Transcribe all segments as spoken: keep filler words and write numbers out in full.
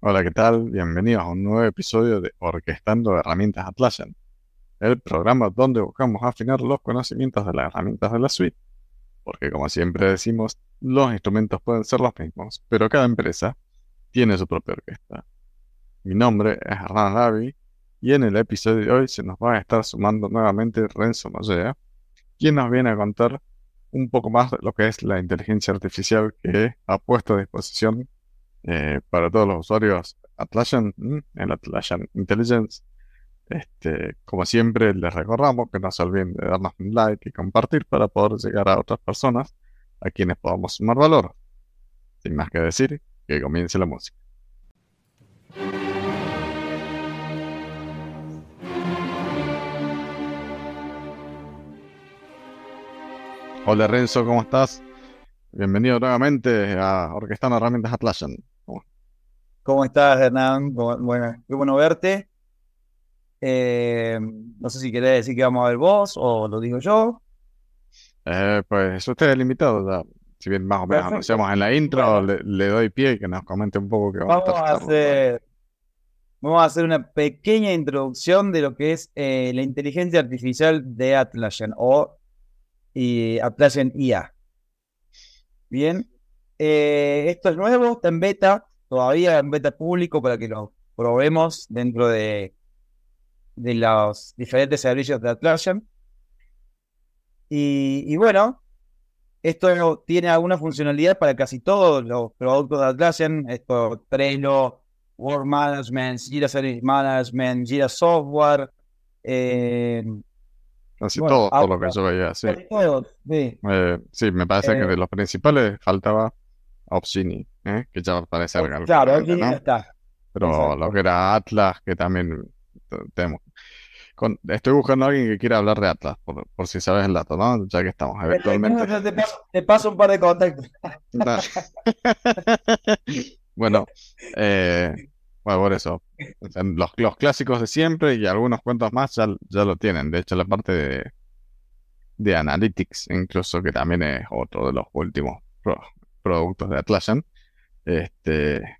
Hola, ¿qué tal? Bienvenidos a un nuevo episodio de Orquestando Herramientas Atlassian, el programa donde buscamos afinar los conocimientos de las herramientas de la suite, porque como siempre decimos, los instrumentos pueden ser los mismos, pero cada empresa tiene su propia orquesta. Mi nombre es Hernán Lavi y en el episodio de hoy se nos va a estar sumando nuevamente Renzo Mollea, quien nos viene a contar un poco más de lo que es la inteligencia artificial que ha puesto a disposición eh, para todos los usuarios Atlassian, ¿m? El Atlassian Intelligence. Este, como siempre, les recordamos que no se olviden de darnos un like y compartir para poder llegar a otras personas a quienes podamos sumar valor. Sin más que decir, que comience la música. Hola Renzo, ¿cómo estás? Bienvenido nuevamente a Orquestando Herramientas Atlassian. ¿Cómo- ¿Cómo estás, Hernán? ¿Cómo- Bueno, qué bueno verte. Eh, no sé si querés decir que vamos a ver vos o lo digo yo. Eh, pues usted es el invitado, ya. Si bien más o menos Perfecto. anunciamos en la intro, Bueno, le, le doy pie y que nos comente un poco qué vamos a vamos estar a charlando hoy. hacer, vamos a hacer una pequeña introducción de lo que es eh, la inteligencia artificial de Atlassian o y Atlassian I A. Bien, Eh, esto es nuevo, está en beta, todavía en beta público para que lo probemos dentro de, de los diferentes servicios de Atlassian. Y, y bueno. Esto tiene alguna funcionalidad para casi todos los productos de Atlassian. Esto, Trello, Work Management, Jira Service Management, Jira Software. eh, Casi bueno, todos, por lo que ahora, yo veía, sí. casi todos, sí. Eh, sí, me parece que de Eh, los principales faltaba Opsini, ¿eh? Que ya va a aparecer oh, claro, próximamente, aquí ya ¿no? está. Pero lo que Exacto. era Atlas, que también te- tenemos. Con- estoy buscando a alguien que quiera hablar de Atlas, por, por si sabes el dato, ¿no? Ya que estamos Perfecto, eventualmente. yo te paso, te paso un par de contactos. Dale. Bueno, eh, bueno, por eso. O sea, los, los clásicos de siempre y algunos cuentos más ya, ya lo tienen. De hecho, la parte de, de Analytics, incluso, que también es otro de los últimos pro- productos de Atlassian, este,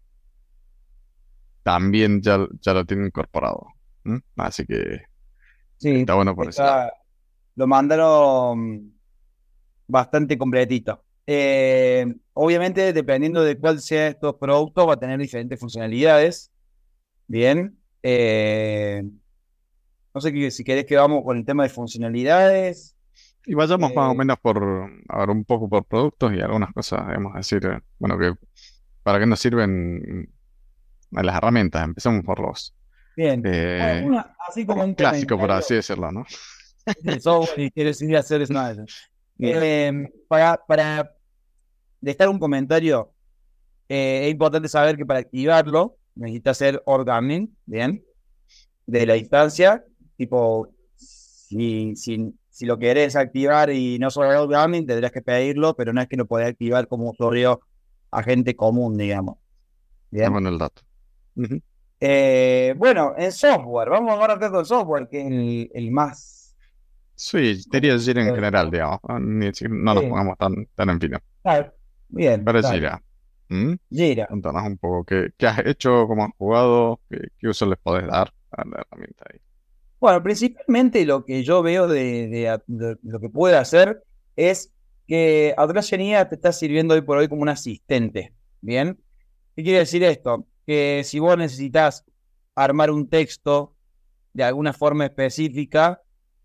también ya, ya lo tienen incorporado. ¿M? Así que está Sí, bueno por ese lado. está, lo mandaron bastante completito. Eh, obviamente, dependiendo de cuál sea estos productos, va a tener diferentes funcionalidades. Bien. Eh, no sé que- si querés que vamos con el tema de funcionalidades. Y vayamos más o Eh, menos por, a ver, un poco por productos y algunas cosas, debemos decir, eh, bueno, que para qué nos sirven eh, las herramientas. Empecemos por los bien. Bueno, eh, una- así por como los un clásicos, por comentario así decirlo, ¿no? de software y quieres ir a hacer eso. Mm. Eh, para, para dejar un comentario, eh, es importante saber que para activarlo necesitas hacer organizing, bien, de la instancia. Tipo, si, si, si lo querés activar y no solo organizing, tendrás que pedirlo, pero no es que lo podés activar como usuario agente común, digamos. Es Bien. bueno el dato. Ujú. Eh, bueno, en software, vamos ahora a hablar con software, que es el, el más Sí, quería decir en conocido de general, todos. digamos, ¿no? Ni si- no nos Sí, pongamos tan, tan en fino. claro. Bien, Para dale. Gira, ¿mm? Jira. Contanos un poco qué, qué has hecho, cómo has jugado, qué, qué uso les podés dar a la herramienta ahí. Bueno, principalmente lo que yo veo de, de- de lo que puede hacer es que Atlassian I A te está sirviendo hoy por hoy como un asistente. ¿Bien? ¿Qué quiere decir esto? Que si vos necesitas armar un texto de alguna forma específica,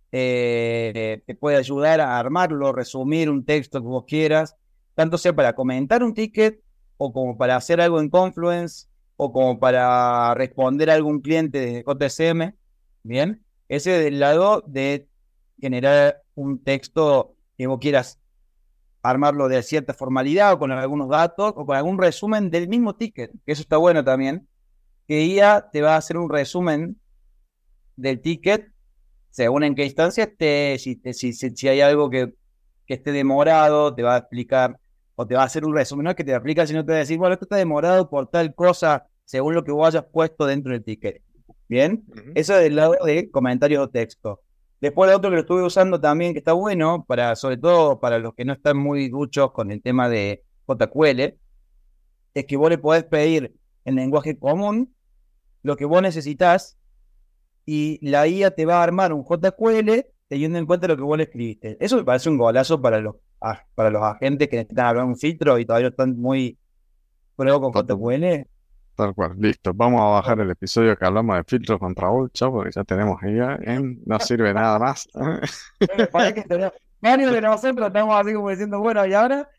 eh, te puede ayudar a armarlo, resumir un texto que vos quieras, tanto sea para comentar un ticket o como para hacer algo en Confluence o como para responder a algún cliente de J S M. Bien, ese del lado de generar un texto que vos quieras armarlo de cierta formalidad o con algunos datos o con algún resumen del mismo ticket, que eso está bueno también, que I A te va a hacer un resumen del ticket según en qué instancia esté, si, si, si, si hay algo que, que esté demorado, te va a explicar o te va a hacer un resumen, no es que te aplica, sino te va a decir, bueno, esto está demorado por tal cosa, según lo que vos hayas puesto dentro del ticket. Bien, Ujú. eso es del lado de comentarios o texto. Después, el otro que lo estuve usando también, que está bueno, para, sobre todo para los que no están muy duchos con el tema de J Q L, es que vos le podés pedir en lenguaje común lo que vos necesitas y la I A te va a armar un J Q L teniendo en cuenta lo que vos le escribiste. Eso me parece un golazo para los, ah, para los agentes que necesitan hablar un filtro y todavía están muy pruebas con Tal, J Q L. tal cual, listo. Vamos a bajar el episodio que hablamos de filtros con Raúl, chao, porque ya tenemos I A, ¿eh? No sirve nada más. Bueno, para que tenemos, Mario de nosotros estamos así como diciendo, bueno, ¿y ahora?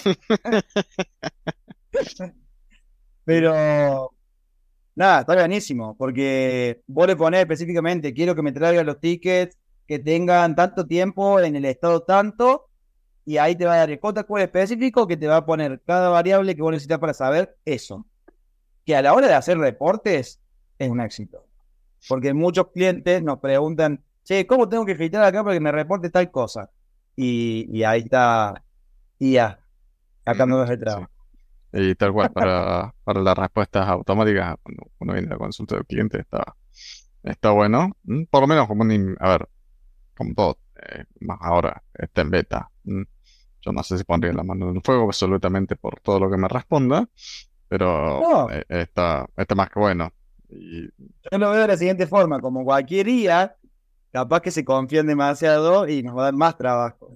Pero nada, está buenísimo, porque vos le ponés específicamente, quiero que me traigan los tickets que tengan tanto tiempo en el estado tanto, y ahí te va a dar el J Q L específico que te va a poner cada variable que vos necesitas para saber eso. Que a la hora de hacer reportes es un éxito. Porque muchos clientes nos preguntan, che, ¿cómo tengo que filtrar acá para que me reporte tal cosa? Y, y ahí está I A, sacándonos el Sí. trabajo. Y tal cual, para, para las respuestas automáticas, cuando uno viene a la consulta del cliente, está, está bueno. ¿m? Por lo menos como un, in- a ver, como todo, eh, más ahora está en beta. ¿m? Yo no sé si pondría la mano en el fuego absolutamente por todo lo que me responda, pero No, eh, está, está más que bueno. Y, yo lo veo de la siguiente forma, como cualquier I A, capaz que se confían demasiado y nos va a dar más trabajo.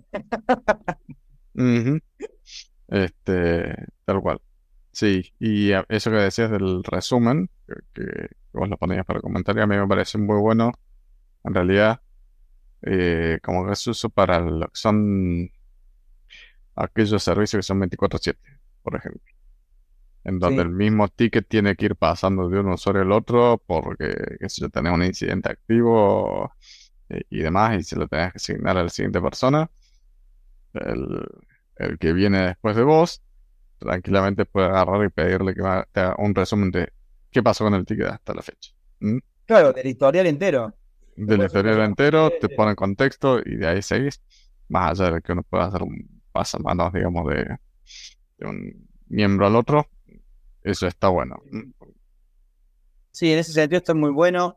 ujú, este, tal cual. Sí, y a- eso que decías del resumen, que, que vos lo ponías para comentar, y a mí me parece muy bueno, en realidad, eh, como que se usa para lo que son aquellos servicios que son veinticuatro siete, por ejemplo, en donde el Sí, mismo ticket tiene que ir pasando de un usuario al otro porque, qué sé yo, tenés un incidente activo eh, y demás, y se lo tenés que asignar a la siguiente persona. El, el que viene después de vos, tranquilamente puede agarrar y pedirle que va- te haga un resumen de qué pasó con el ticket hasta la fecha. ¿m? claro, del historial entero. Del Después hacer un historial resumen entero, te de- pone en contexto y de ahí seguís, más allá de que uno pueda hacer un pasamanos, digamos, de, de un miembro al otro, eso está bueno. ¿m? Sí, en ese sentido está muy bueno.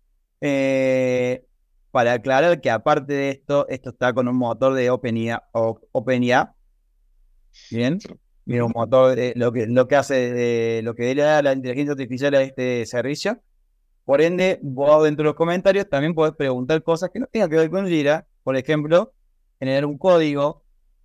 Eh, para aclarar que aparte de esto, esto está con un motor de OpenIA, o- OpenIA, ¿bien? Sí. Y un Ujú. motor de, lo que, lo que hace, de, lo que le da la inteligencia artificial a este servicio. Por ende, vos dentro de los comentarios también podés preguntar cosas que no tengan que ver con Jira. Por ejemplo, generar un código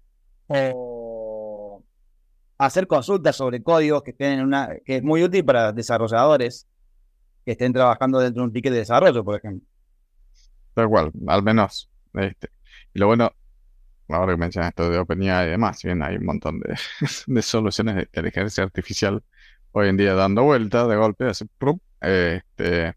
o hacer consultas sobre códigos que estén en una, que es muy útil para desarrolladores que estén trabajando dentro de un ticket de desarrollo, por ejemplo. Tal cual, al menos. Este. Y lo bueno, ahora que mencionas esto de OpenAI y demás, si bien hay un montón de, de soluciones de inteligencia artificial hoy en día dando vuelta de golpe, así, ¡prum! este,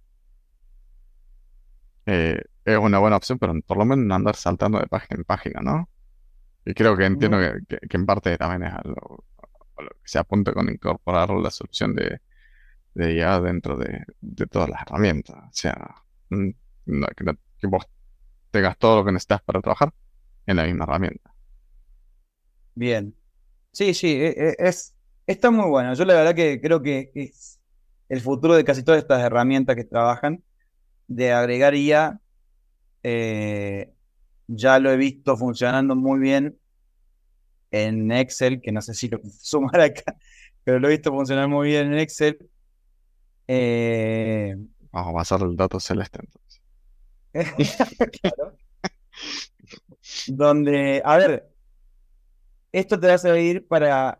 eh, es una buena opción, pero por lo menos no andar saltando de página en página, ¿no? Y creo que entiendo Ujú. que, que- que en parte también es a lo, a lo que se apunta con incorporar la solución de, de I A dentro de, de todas las herramientas. O sea, mm, no- que, no- que vos tengas todo lo que necesitas para trabajar en la misma herramienta. Bien. Sí, sí, e- e- es, está muy bueno. Yo la verdad que creo que es el futuro de casi todas estas herramientas que trabajan, de agregar I A. eh, ya lo he visto funcionando muy bien en Excel, que no sé si lo puedo sumar acá, pero lo he visto funcionar muy bien en Excel. Eh, Vamos a pasar el dato celeste entonces. claro. Donde, a ver, esto te va a servir para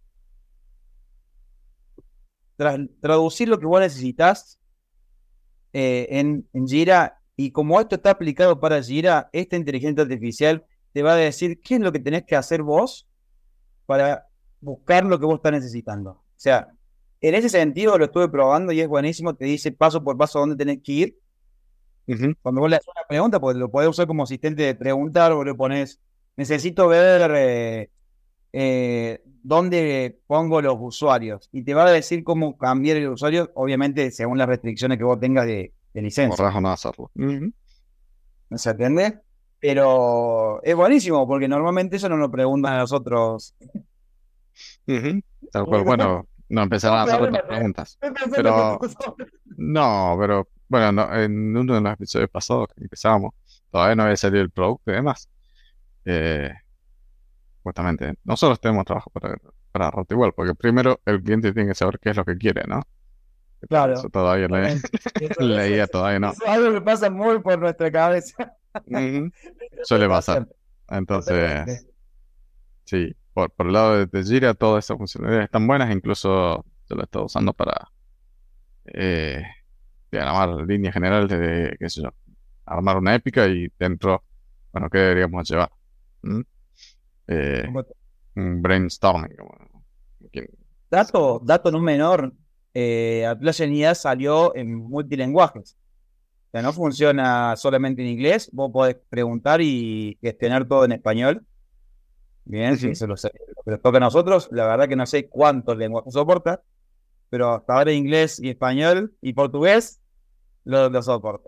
tra- traducir lo que vos necesitas eh, en, en Jira, y como esto está aplicado para Jira, esta inteligencia artificial te va a decir qué es lo que tenés que hacer vos para buscar lo que vos estás necesitando. O sea, en ese sentido lo estuve probando y es buenísimo, te dice paso por paso dónde tenés que ir. Ujú, Cuando vos le haces una pregunta, pues lo podés usar como asistente de preguntar o le pones, necesito ver eh, eh, dónde pongo los usuarios y te va a decir cómo cambiar el usuario, obviamente según las restricciones que vos tengas de, de licencia. Correjo no hacerlo. Ujú, ¿No se entiende? Pero es buenísimo porque normalmente eso no nos preguntan a nosotros. ujú. Tal cual, bueno, no empezaron Un a hacer problema, otras ¿eh? preguntas. Estoy pensando que Pero tú sos- no, pero bueno, no, en uno de los episodios pasados que empezábamos, todavía no había salido el producto y demás. Eh, Justamente, nosotros tenemos trabajo para para rato igual, porque primero el cliente tiene que saber qué es lo que quiere, ¿no? Claro. Eso todavía le, Eso, eso, leía, eso- todavía no. eso es algo que pasa muy por nuestra cabeza. Ujú. Suele pasar. Interpretación. Totalmente. Entonces, sí, por, por el lado de, de Jira, todas esas funcionalidades están buenas, incluso yo lo he estado usando para eh, diagramar líneas generales de, qué sé yo, armar una épica y dentro, bueno, ¿qué deberíamos llevar? ¿Mm? Eh, un brainstorming, como, quien- Dato, dato no menor, eh, Atlassian I A salió en multilenguajes. O sea, no funciona solamente en inglés, vos podés preguntar y gestionar todo en español. Bien, que Ujú. eso lo, sé- lo que nos toca a nosotros. La verdad que no sé cuántos lenguajes soporta, pero hasta ahora inglés y español y portugués lo, lo soporta.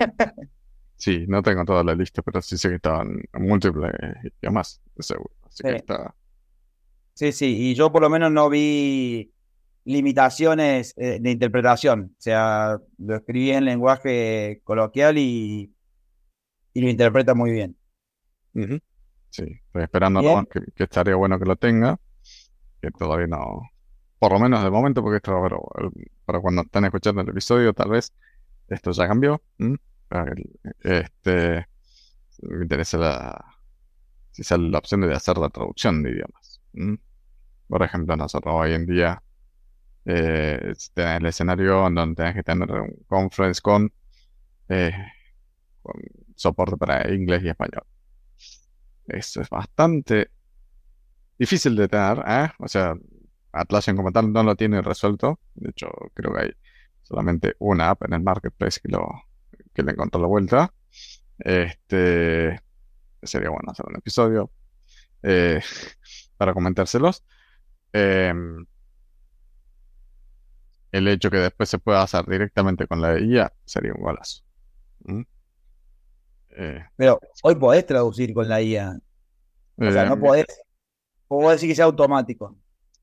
Sí, no tengo toda la lista, pero sí sé que estaban en múltiples idiomas, de seguro. Así que Sí, está. sí, sí, y yo por lo menos no vi limitaciones eh, de interpretación. O sea, lo escribí en lenguaje coloquial y, y lo interpreta muy bien. Ujú. Sí, estoy esperando nomás Bien, que, que estaría bueno que lo tenga, que todavía no, por lo menos de momento, porque esto, pero, el- para cuando estén escuchando el episodio, tal vez esto ya cambió. ¿M? Para que, Este, me interesa la, si sale la opción de hacer la traducción de idiomas. ¿M? Por ejemplo, nosotros hoy en día eh, tenés el escenario en donde tenés que tener un conference con, eh, con soporte para inglés y español. Eso es bastante difícil de tener, ¿eh? O sea, Atlassian como tal no lo tiene resuelto. De hecho, creo que hay solamente una app en el marketplace que lo que le encontró la vuelta. Este sería bueno hacer un episodio eh, para comentárselos. Em, el hecho que después se pueda hacer directamente con la I A sería un golazo. ¿Mm? Eh, pero hoy podés traducir con la I A. O sea, no em, podés, puedo decir que sea automático.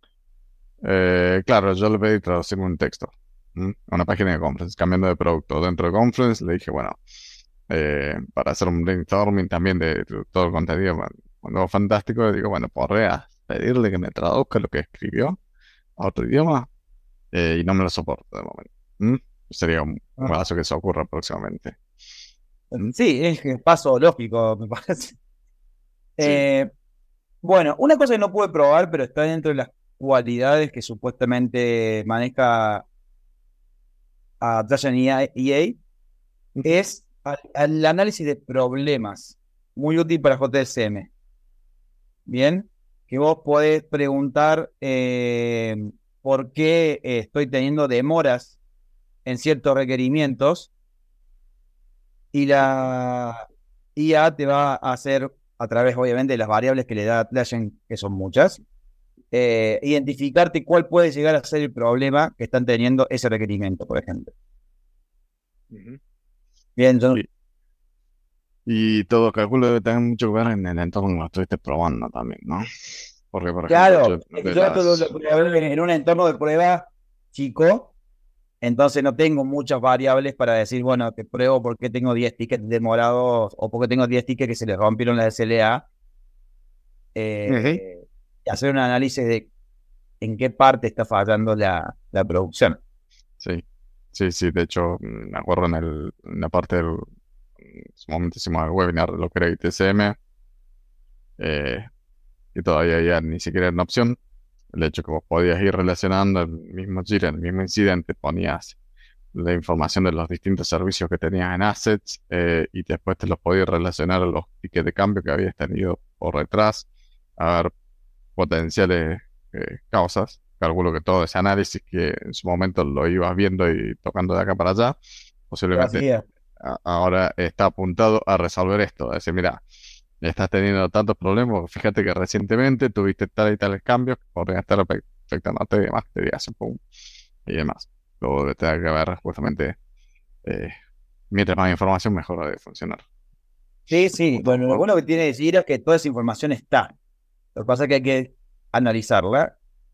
eh, claro, yo le pedí traducirme un texto, ¿m? A una página de Conference, cambiando de producto. Dentro de Conference le dije, bueno, eh, para hacer un brainstorming también de, de todo el contenido, bueno, cuando fantástico, le digo, bueno, podría pedirle que me traduzca lo que escribió a otro idioma eh, y no me lo soporto de momento. ¿M? Sería un, un Ajá. golazo que eso ocurra próximamente. ¿M? Sí, es que paso lógico, me parece. Sí. Eh, bueno, una cosa que no pude probar, pero está dentro de las cualidades que supuestamente maneja a Atlassian E A, E A, Ujú. es al, al análisis de problemas, muy útil para J S M. Bien, que vos podés preguntar eh, por qué eh, estoy teniendo demoras en ciertos requerimientos y la I A te va a hacer, a través obviamente de las variables que le da Atlassian, que son muchas, eh, identificarte cuál puede llegar a ser el problema que están teniendo ese requerimiento, por ejemplo. Ujú. Bien, yo, Sí. Y todo calculo debe tener mucho que ver en el entorno que lo estuviste probando también, ¿no? Porque, por ejemplo, yo claro, de yo esto lo, las... lo probé en un entorno de prueba chico. Entonces no tengo muchas variables para decir, bueno, te pruebo por qué tengo diez tickets demorados o por qué tengo diez tickets que se les rompieron la S L A. Ujú. Eh, y hacer un análisis de en qué parte está fallando la, la producción. Sí, sí, sí, de hecho, mm, me acuerdo en, el, en la parte del... En su momento hicimos el webinar de lo que era I T C M, eh, y todavía ya ni siquiera era una opción. El hecho que vos podías ir relacionando el mismo Jira, el mismo incidente, ponías la información de los distintos servicios que tenías en assets eh, y después te los podías relacionar a los tickets de cambio que habías tenido por detrás, a ver potenciales eh, causas. Calculo que todo ese análisis que en su momento lo ibas viendo y tocando de acá para allá, Lo posiblemente hacía. a- ahora está apuntado a resolver esto. Es decir, mira, estás teniendo tantos problemas, fíjate que recientemente tuviste tal y tales cambios que podrían estar afect- afectándote y demás, te digas, pum, y demás. Luego de tener que ver justamente, eh, mientras más información, mejor ha de funcionar. Sí, sí. Bueno, lo bueno que tiene decir es que toda esa información está. Lo que pasa es que hay que analizarla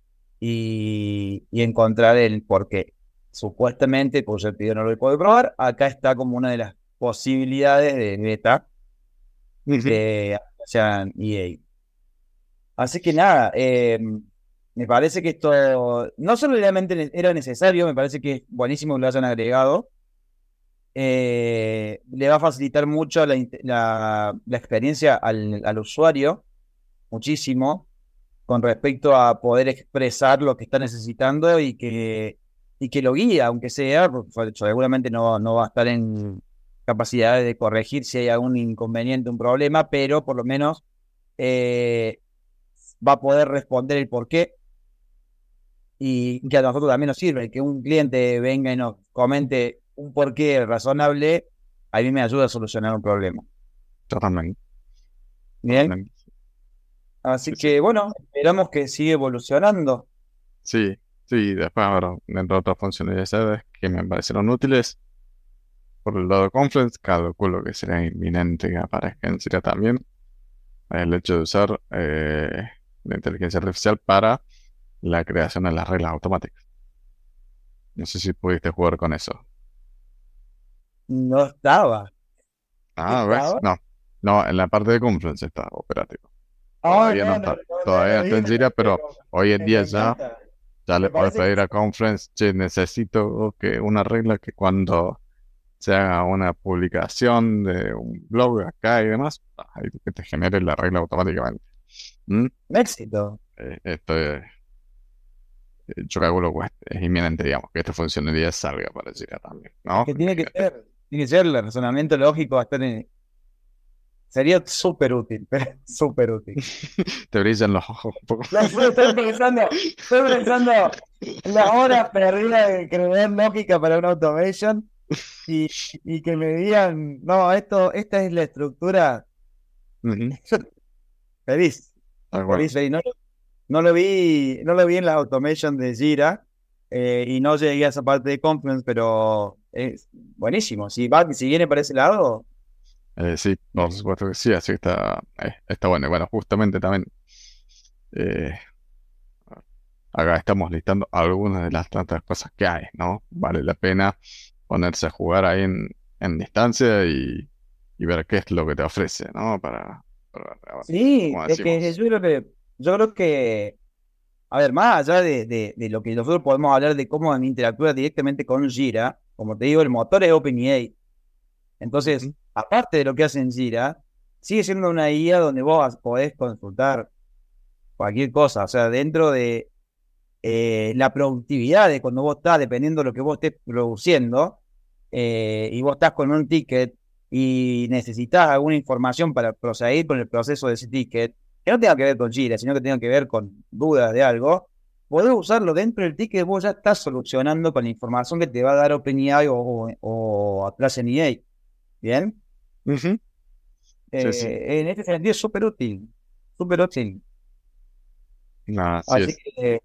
y, y encontrar el por qué. Supuestamente, por ser pidió no lo puedo probar, acá está como una de las posibilidades de beta Ujú. de Atlassian E A. Así que nada, eh, Me parece que esto no solo realmente era necesario, me parece que es buenísimo que lo hayan agregado. Eh, le va a facilitar mucho la, la, la experiencia al, al usuario, muchísimo, con respecto a poder expresar lo que está necesitando y que, y que lo guía, aunque sea, porque seguramente no, no va a estar en capacidad de corregir si hay algún inconveniente, un problema, pero por lo menos eh, va a poder responder el por qué y que a nosotros también nos sirve. Que un cliente venga y nos comente un porqué razonable, a mí me ayuda a solucionar un problema. Totalmente. Bien, Totalmente. así Sí, sí. que bueno, esperamos que siga evolucionando. Sí, sí, después ahora, dentro de otras funcionalidades que me parecieron útiles, por el lado de Confluence, calculo que será inminente que aparezca en Jira también, el hecho de usar eh, la inteligencia artificial para la creación de las reglas automáticas. No sé si pudiste jugar con eso. No estaba. Ah, ¿ves? ¿Estaba? No, no, en la parte de Confluence está operativo. Oh, Todavía no no, no, está, no, no todavía no lo está vi, en Jira, pero pero hoy en me, día me ya, encanta. ya le Me podés parece que pedir a Confluence, che, necesito que una regla que cuando se haga una publicación de un blog acá y demás, ahí que te genere la regla automáticamente. ¿Mm? un éxito. Eh, esto es, eh, yo calculo que es inminente, digamos, que esta funcionalidad salga para Jira también, Es ¿no? que tiene que Imagínate. ser, tiene que ser el razonamiento lógico, estar en- sería súper útil, pero súper útil. Te brillan los ojos un poco. No, estoy estoy pensando, estoy pensando en las horas perdidas de crear lógica para una automation y, y que me digan, no, esto, esta es la estructura. Ujú, Feliz, tal cual. feliz, feliz. No, no lo vi, no lo vi en la automation de Jira eh, y no llegué a esa parte de Confluence, pero es buenísimo. Si va, si viene para ese lado, Eh, sí, por bien. supuesto que sí, así que está, eh, está bueno. Y bueno, justamente también eh, acá estamos listando algunas de las tantas cosas que hay, ¿no? Vale la pena ponerse a jugar ahí en, en distancia y, y ver qué es lo que te ofrece, ¿no? Para, para, a ver, Sí, como es que decimos. yo creo que, yo creo que, a ver, más allá de, de, de lo que nosotros podemos hablar de cómo interactúa directamente con Jira, como te digo, el motor es OpenAI. Entonces, Ujú, aparte de lo que hace en Jira, sigue siendo una I A donde vos podés consultar cualquier cosa, o sea, dentro de eh, la productividad de cuando vos estás, dependiendo de lo que vos estés produciendo, eh, y vos estás con un ticket y necesitas alguna información para proseguir con el proceso de ese ticket, que no tenga que ver con Jira, sino que tenga que ver con dudas de algo, podés usarlo dentro del ticket, vos ya estás solucionando con la información que te va a dar OpenAI o, o, o Atlassian E A. ¿Bien? ujú. Sí, sí. Eh, en este sentido es súper útil, súper útil. Nada, así Así es. que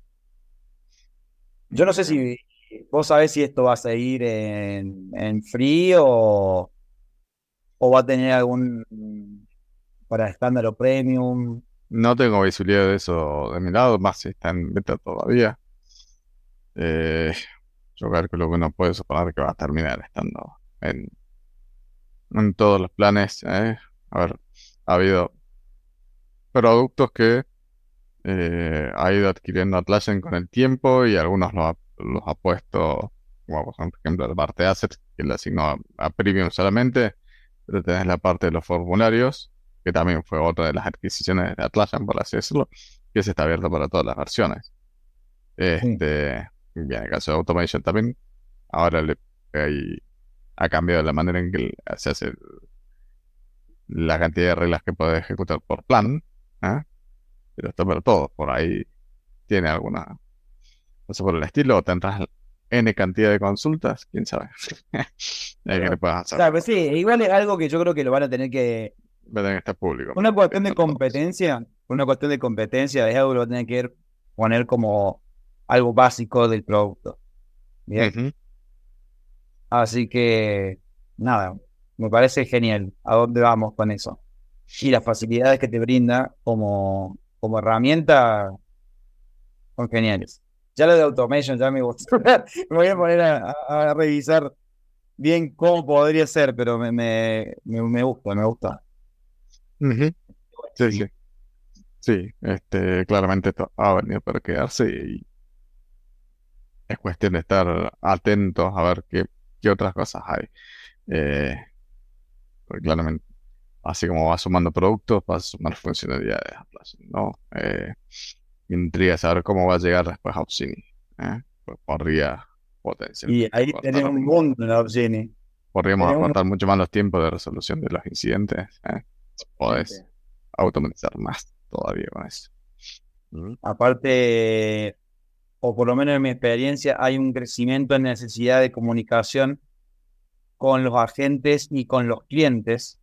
yo no Muy sé bien. si vos sabés si esto va a seguir en, en free o, o va a tener algún para estándar o premium. No tengo visibilidad de eso de mi lado, más si está en beta todavía. Eh, yo calculo que uno puede suponer que va a terminar estando en, en todos los planes. ¿Eh? A ver, ha habido productos que eh, ha ido adquiriendo Atlassian con el tiempo y algunos los ha, los ha puesto, como por ejemplo el parte Assets, que le asignó a, a Premium solamente, pero tenés la parte de los formularios, que también fue otra de las adquisiciones de Atlassian, por así decirlo, que se está abierto para todas las versiones. Sí. Este, y en el caso de Automation también, ahora le, hay- ha cambiado la manera en que se hace la cantidad de reglas que puede ejecutar por plan, ¿ah? Pero está para todos, por ahí tiene alguna, no sé, por el estilo, o tendrás N cantidad de consultas, quién sabe. Hay que le Claro, puedas hacer. claro, pues sí, igual es algo que yo creo que lo van a tener que. Va a tener que estar público, me Una parece que cuestión de están todos. competencia, una cuestión de competencia es algo que lo van a tener que poner como algo básico del producto. Bien. Ujú, Así que, nada, me parece genial a dónde vamos con eso. Y las facilidades que te brinda como, como herramienta son geniales. Ya lo de automation ya me gustó. Me voy a poner a, a- a revisar bien cómo podría ser, pero me, me, me, me gusta, me gusta. ujú. Sí, sí. Buenísimo. Sí, este, claramente esto ha venido para quedarse y es cuestión de estar atentos a ver qué, qué otras cosas hay. Eh, Porque claramente, así como vas sumando productos, vas a sumar funcionalidades, Atlassian, ¿no? Eh, me intriga saber cómo va a llegar después a Opsini, ¿eh? Pues podría Y potencialmente ahí tenés acortar, un mundo en la Opsini. podríamos Tenés un acortar mucho más los tiempos de resolución de los incidentes, ¿eh? Podés mundo. automatizar más todavía con eso. ¿Mm? Aparte, o por lo menos en mi experiencia, hay un crecimiento en necesidad de comunicación con los agentes y con los clientes.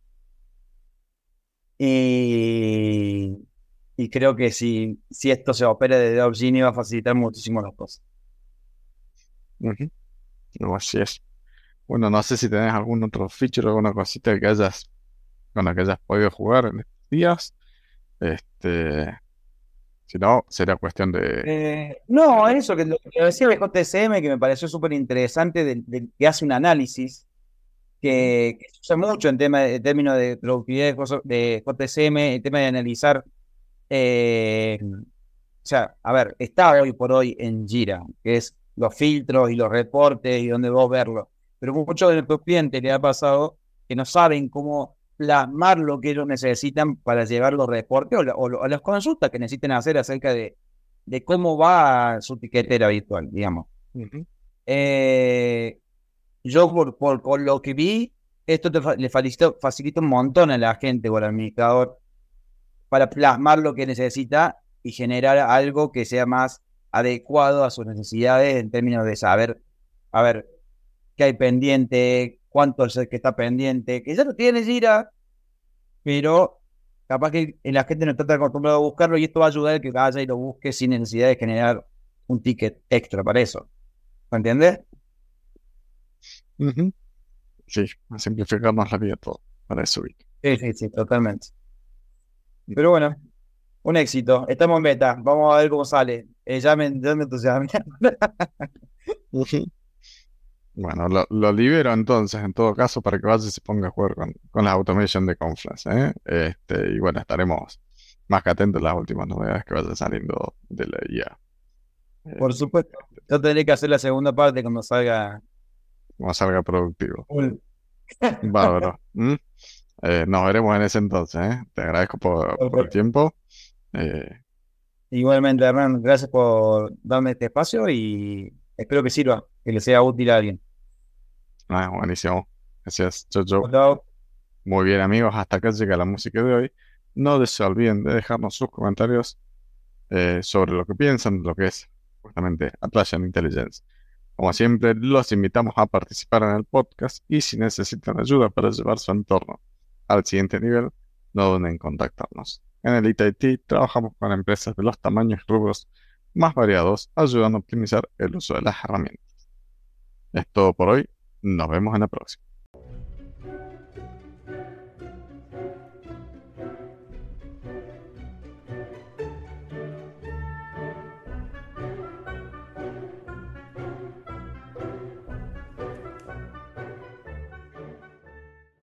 Y, y creo que si, si esto se opera desde Opsgenie va a facilitar muchísimo las cosas. Ujú. No, así es. Bueno, no sé si tenés algún otro feature o alguna cosita que hayas, con la que hayas podido jugar en estos días. Este, si no, sería cuestión de, Eh, de no, ver. eso que lo que decía de J T S M, que me pareció súper interesante, de, de- que hace un análisis Ujú. que, que se usa mucho en, tema, en términos de productividad de cosas- de J T S M, el tema de analizar. eh, o sea, a ver, está hoy por hoy en Jira, que es los filtros y los reportes y donde vos verlo. Pero muchos de nuestros clientes les ha pasado que no saben cómo plasmar lo que ellos necesitan para llevar los reportes o, la- o lo- o las consultas que necesiten hacer acerca de, de cómo va su tiquetera virtual, digamos. Ujú. Eh, yo, por, por, por lo que vi, esto te fa- le facilita, facilita un montón a la gente o al administrador para plasmar lo que necesita y generar algo que sea más adecuado a sus necesidades en términos de saber, a ver, qué hay pendiente, cuánto es el que está pendiente, que ya lo tiene Gira, pero capaz que la gente no está tan acostumbrada a buscarlo y esto va a ayudar a que vaya y lo busque sin necesidad de generar un ticket extra para eso. ¿Me entiendes? Ujú. Sí, a simplificarnos la vida todo para eso. Sí, sí, sí, totalmente. Pero bueno, un éxito. Estamos en beta. Vamos a ver cómo sale. Eh, ya me, ya me entusiasmé. Ujú. Bueno, lo, lo libero entonces, en todo caso, para que vaya y se ponga a jugar con, con la automation de Confluence, ¿eh? Este, y bueno, estaremos más que atentos a las últimas novedades que vayan saliendo de la I A. Por Eh, supuesto. Yo tendré que hacer la segunda parte cuando salga. Como salga productivo. Full. Bárbaro. ¿Mm? Eh, nos veremos en ese entonces, ¿eh? Te agradezco por, por el Perfecto. tiempo. Eh, Igualmente, Hernán, gracias por darme este espacio y espero que sirva, que le sea útil a alguien. ah, buenísimo. Gracias, chau, chau. Chao, chao. Muy bien, amigos, hasta acá llega la música de hoy. No se olviden de dejarnos sus comentarios eh, sobre lo que piensan de lo que es justamente Atlassian Intelligence. Como siempre, los invitamos a participar en el podcast y si necesitan ayuda para llevar su entorno al siguiente nivel, no duden en contactarnos. En el I T I T trabajamos con empresas de los tamaños y rubros más variados, ayudando a optimizar el uso de las herramientas. Es todo por hoy. Nos vemos en la próxima.